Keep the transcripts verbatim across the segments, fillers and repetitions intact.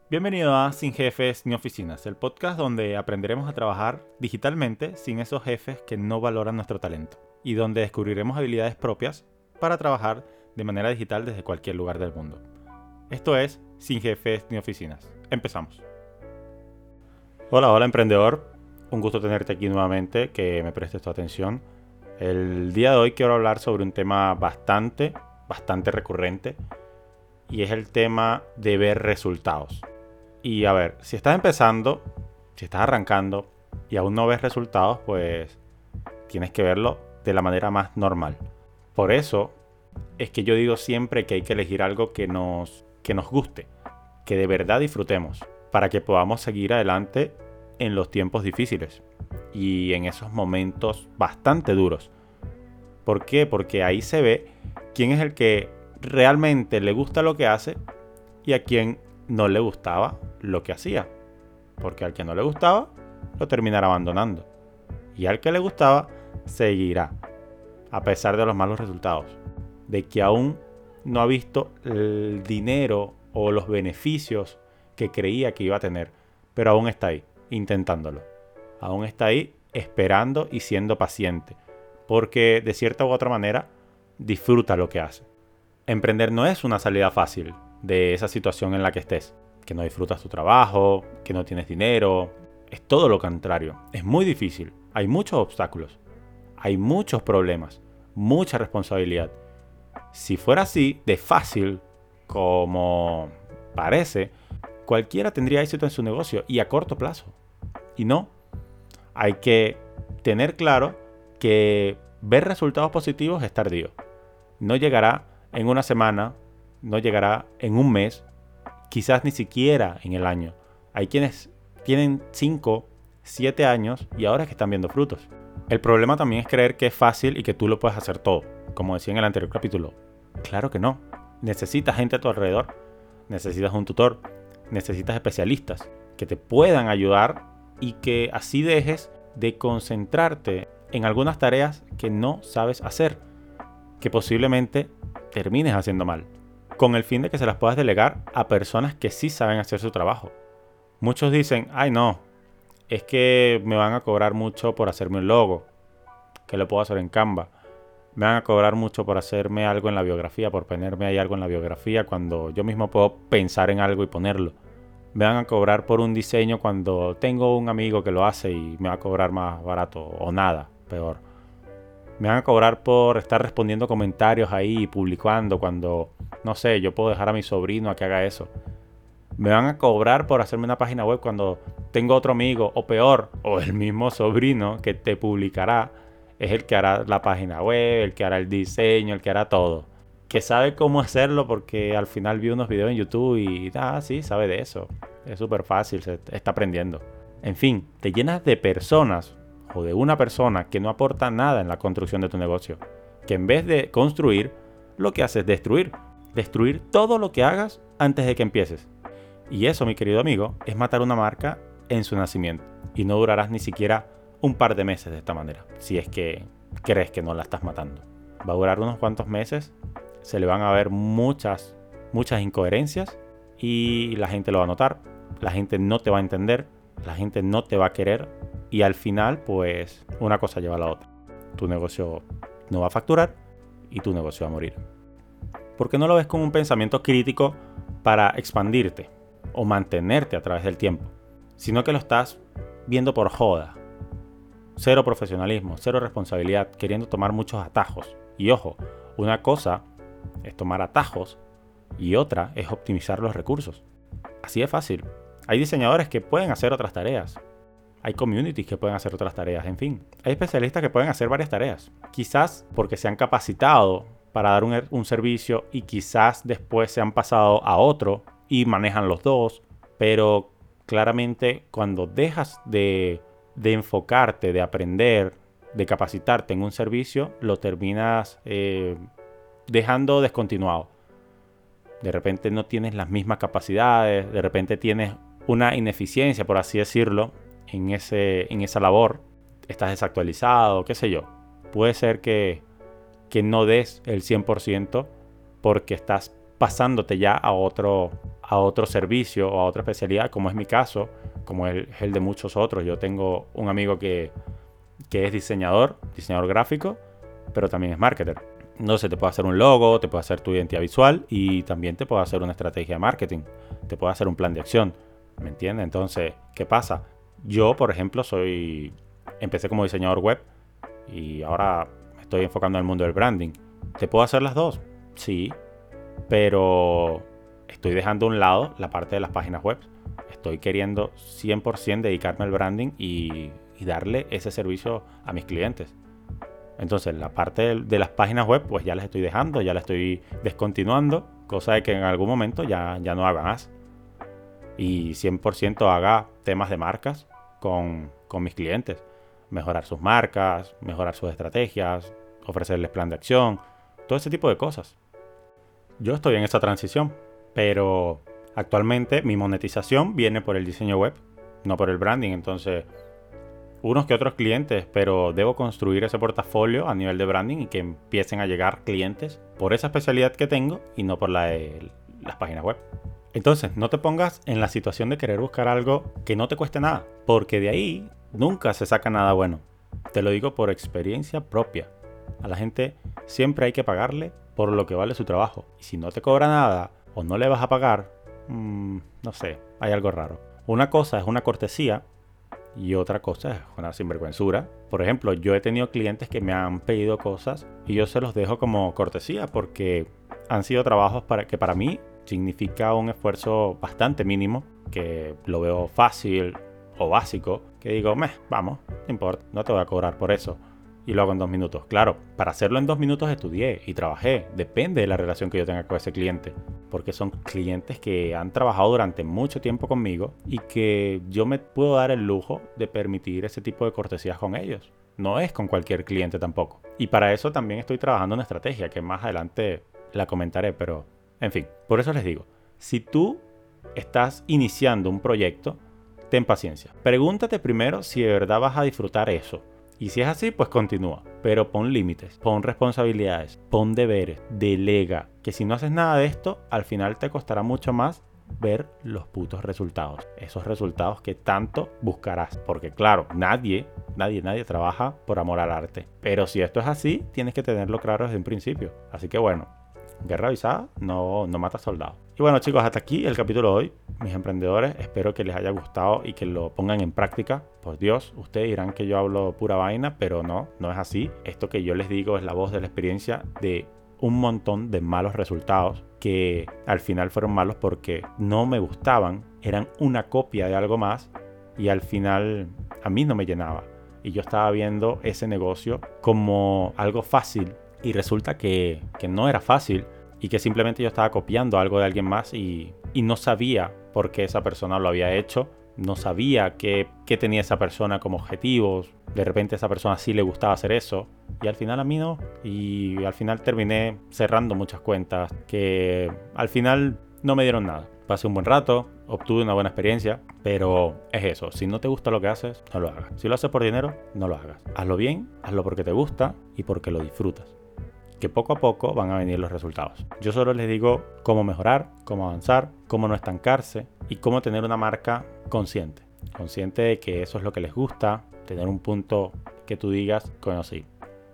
Bienvenido a Sin Jefes ni Oficinas, el podcast donde aprenderemos a trabajar digitalmente sin esos jefes que no valoran nuestro talento y donde descubriremos habilidades propias para trabajar de manera digital desde cualquier lugar del mundo. Esto es Sin Jefes ni Oficinas. Empezamos. Hola, hola emprendedor. Un gusto tenerte aquí nuevamente, que me prestes tu atención. El día de hoy quiero hablar sobre un tema bastante, bastante recurrente y es el tema de ver resultados. Y a ver, si estás empezando, si estás arrancando y aún no ves resultados, pues tienes que verlo de la manera más normal. Por eso es que yo digo siempre que hay que elegir algo que nos, que nos guste, que de verdad disfrutemos, para que podamos seguir adelante en los tiempos difíciles y en esos momentos bastante duros. ¿Por qué? Porque ahí se ve quién es el que realmente le gusta lo que hace y a quién no le gustaba lo que hacía, porque al que no le gustaba lo terminará abandonando y al que le gustaba seguirá a pesar de los malos resultados, de que aún no ha visto el dinero o los beneficios que creía que iba a tener, pero aún está ahí intentándolo, aún está ahí esperando y siendo paciente, porque de cierta u otra manera disfruta lo que hace. Emprender no es una salida fácil de esa situación en la que estés, que no disfrutas tu trabajo, que no tienes dinero. Es todo lo contrario, es muy difícil, hay muchos obstáculos, hay muchos problemas, mucha responsabilidad. Si fuera así de fácil como parece, cualquiera tendría éxito en su negocio y a corto plazo. Y no, hay que tener claro que ver resultados positivos es tardío. No llegará en una semana, no llegará en un mes, quizás ni siquiera en el año. Hay quienes tienen cinco, siete años y ahora es que están viendo frutos. El problema también es creer que es fácil y que tú lo puedes hacer todo, como decía en el anterior capítulo. Claro que no. Necesitas gente a tu alrededor, necesitas un tutor, necesitas especialistas que te puedan ayudar y que así dejes de concentrarte en algunas tareas que no sabes hacer, que posiblemente termines haciendo mal, con el fin de que se las puedas delegar a personas que sí saben hacer su trabajo. Muchos dicen, ay no, es que me van a cobrar mucho por hacerme un logo, que lo puedo hacer en Canva. Me van a cobrar mucho por hacerme algo en la biografía, por ponerme ahí algo en la biografía cuando yo mismo puedo pensar en algo y ponerlo. Me van a cobrar por un diseño cuando tengo un amigo que lo hace y me va a cobrar más barato o nada, peor. Me van a cobrar por estar respondiendo comentarios ahí y publicando cuando, no sé, yo puedo dejar a mi sobrino a que haga eso. Me van a cobrar por hacerme una página web cuando tengo otro amigo, o peor, o el mismo sobrino que te publicará, es el que hará la página web, el que hará el diseño, el que hará todo. Que sabe cómo hacerlo porque al final vi unos videos en YouTube y, ah, sí, sabe de eso. Es súper fácil, se está aprendiendo. En fin, te llenas de personas o de una persona que no aporta nada en la construcción de tu negocio, que en vez de construir, lo que hace es destruir. Destruir todo lo que hagas antes de que empieces. Y eso, mi querido amigo, es matar una marca en su nacimiento. Y no durarás ni siquiera un par de meses de esta manera, si es que crees que no la estás matando. Va a durar unos cuantos meses, se le van a ver muchas, muchas incoherencias y la gente lo va a notar, la gente no te va a entender, la gente no te va a querer y al final, pues, una cosa lleva a la otra. Tu negocio no va a facturar y tu negocio va a morir. ¿Por qué no lo ves con un pensamiento crítico para expandirte o mantenerte a través del tiempo? Sino que lo estás viendo por joda. Cero profesionalismo, cero responsabilidad, queriendo tomar muchos atajos. Y ojo, una cosa es tomar atajos y otra es optimizar los recursos. Así de fácil. Hay diseñadores que pueden hacer otras tareas. Hay communities que pueden hacer otras tareas. En fin, hay especialistas que pueden hacer varias tareas. Quizás porque se han capacitado para dar un, un servicio y quizás después se han pasado a otro y manejan los dos. Pero claramente cuando dejas de, de enfocarte, de aprender, de capacitarte en un servicio, lo terminas eh, dejando descontinuado. De repente no tienes las mismas capacidades, de repente tienes una ineficiencia, por así decirlo, en, ese, en esa labor. Estás desactualizado, qué sé yo. Puede ser que, que no des el cien por ciento porque estás pasándote ya a otro, a otro servicio o a otra especialidad, como es mi caso, como es el, el de muchos otros. Yo tengo un amigo que, que es diseñador, diseñador gráfico, pero también es marketer. No sé, te puede hacer un logo, te puede hacer tu identidad visual y también te puede hacer una estrategia de marketing, te puede hacer un plan de acción, ¿me entiendes? Entonces, ¿qué pasa? Yo, por ejemplo, soy empecé como diseñador web y ahora me estoy enfocando en el mundo del branding. ¿Te puedo hacer las dos? Sí, pero estoy dejando a un lado la parte de las páginas web. Estoy queriendo cien por ciento dedicarme al branding y, y darle ese servicio a mis clientes. Entonces, la parte de, de las páginas web, pues ya las estoy dejando, ya las estoy descontinuando, cosa de que en algún momento ya, ya no haga más. Y cien por ciento haga temas de marcas con, con mis clientes. Mejorar sus marcas, mejorar sus estrategias, ofrecerles plan de acción, todo ese tipo de cosas. Yo estoy en esa transición, pero actualmente mi monetización viene por el diseño web, no por el branding. Entonces, unos que otros clientes, pero debo construir ese portafolio a nivel de branding y que empiecen a llegar clientes por esa especialidad que tengo y no por la de las páginas web. Entonces, no te pongas en la situación de querer buscar algo que no te cueste nada, porque de ahí nunca se saca nada bueno. Te lo digo por experiencia propia. A la gente siempre hay que pagarle por lo que vale su trabajo. Y si no te cobra nada o no le vas a pagar, mmm, no sé, hay algo raro. Una cosa es una cortesía y otra cosa es una sinvergüenzura. Por ejemplo, yo he tenido clientes que me han pedido cosas y yo se los dejo como cortesía porque han sido trabajos para, que para mí significa un esfuerzo bastante mínimo, que lo veo fácil o básico, que digo, meh, vamos, no importa, no te voy a cobrar por eso. Y lo hago en dos minutos. Claro, para hacerlo en dos minutos estudié y trabajé. Depende de la relación que yo tenga con ese cliente. Porque son clientes que han trabajado durante mucho tiempo conmigo y que yo me puedo dar el lujo de permitir ese tipo de cortesías con ellos. No es con cualquier cliente tampoco. Y para eso también estoy trabajando en una estrategia que más adelante la comentaré, pero en fin. Por eso les digo, si tú estás iniciando un proyecto, ten paciencia. Pregúntate primero si de verdad vas a disfrutar eso. Y si es así, pues continúa. Pero pon límites, pon responsabilidades, pon deberes, delega. Que si no haces nada de esto, al final te costará mucho más ver los putos resultados. Esos resultados que tanto buscarás. Porque claro, nadie, nadie, nadie trabaja por amor al arte. Pero si esto es así, tienes que tenerlo claro desde un principio. Así que bueno, guerra avisada no, no mata soldados. Y bueno chicos, hasta aquí el capítulo de hoy. Mis emprendedores, espero que les haya gustado y que lo pongan en práctica. Por Dios, ustedes dirán que yo hablo pura vaina, pero no, no es así. Esto que yo les digo es la voz de la experiencia de un montón de malos resultados que al final fueron malos porque no me gustaban, eran una copia de algo más y al final a mí no me llenaba. Y yo estaba viendo ese negocio como algo fácil y resulta que, que no era fácil y que simplemente yo estaba copiando algo de alguien más y, y no sabía por qué esa persona lo había hecho. No sabía qué, qué tenía esa persona como objetivos. De repente a esa persona sí le gustaba hacer eso. Y al final a mí no. Y al final terminé cerrando muchas cuentas que al final no me dieron nada. Pasé un buen rato, obtuve una buena experiencia, pero es eso. Si no te gusta lo que haces, no lo hagas. Si lo haces por dinero, no lo hagas. Hazlo bien, hazlo porque te gusta y porque lo disfrutas. Que poco a poco van a venir los resultados. Yo solo les digo cómo mejorar, cómo avanzar, cómo no estancarse y cómo tener una marca consciente. Consciente de que eso es lo que les gusta, tener un punto que tú digas, coño sí.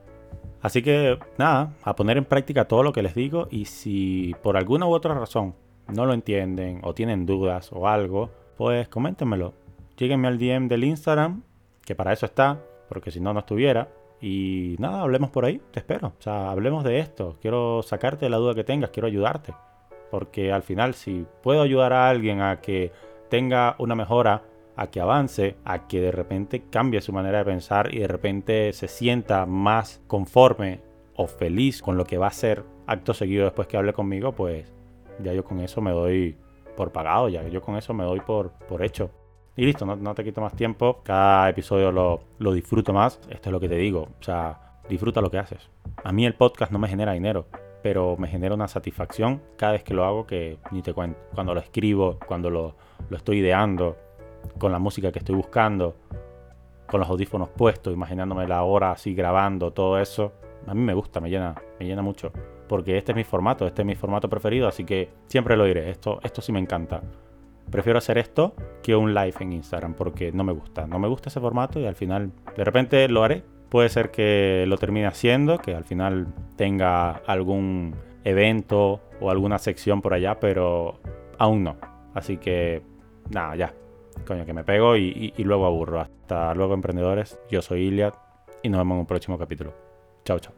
Así que nada, a poner en práctica todo lo que les digo y si por alguna u otra razón no lo entienden o tienen dudas o algo, pues coméntenmelo. Lléguenme al D M del Instagram, que para eso está, porque si no, no estuviera. Y nada, hablemos por ahí, te espero. O sea, hablemos de esto. Quiero sacarte la duda que tengas, quiero ayudarte. Porque al final, si puedo ayudar a alguien a que tenga una mejora, a que avance, a que de repente cambie su manera de pensar y de repente se sienta más conforme o feliz con lo que va a hacer acto seguido después que hable conmigo, pues ya yo con eso me doy por pagado, ya yo con eso me doy por, por hecho. Y listo, no, no te quito más tiempo. Cada episodio lo, lo disfruto más. Esto es lo que te digo. O sea, disfruta lo que haces. A mí el podcast no me genera dinero, pero me genera una satisfacción cada vez que lo hago que ni te cuento. Cuando lo escribo, cuando lo, lo estoy ideando, con la música que estoy buscando, con los audífonos puestos, imaginándome la hora así grabando, todo eso. A mí me gusta, me llena, me llena mucho. porque este es mi formato, este es mi formato preferido, así que siempre lo diré, esto, esto sí me encanta. Prefiero hacer esto que un live en Instagram, porque no me gusta, no me gusta ese formato y al final de repente lo haré. Puede ser que lo termine haciendo, que al final tenga algún evento o alguna sección por allá, pero aún no. Así que nada, ya. Coño, que me pego y, y, y luego aburro. Hasta luego, emprendedores. Yo soy Iliad y nos vemos en un próximo capítulo. Chao, chao.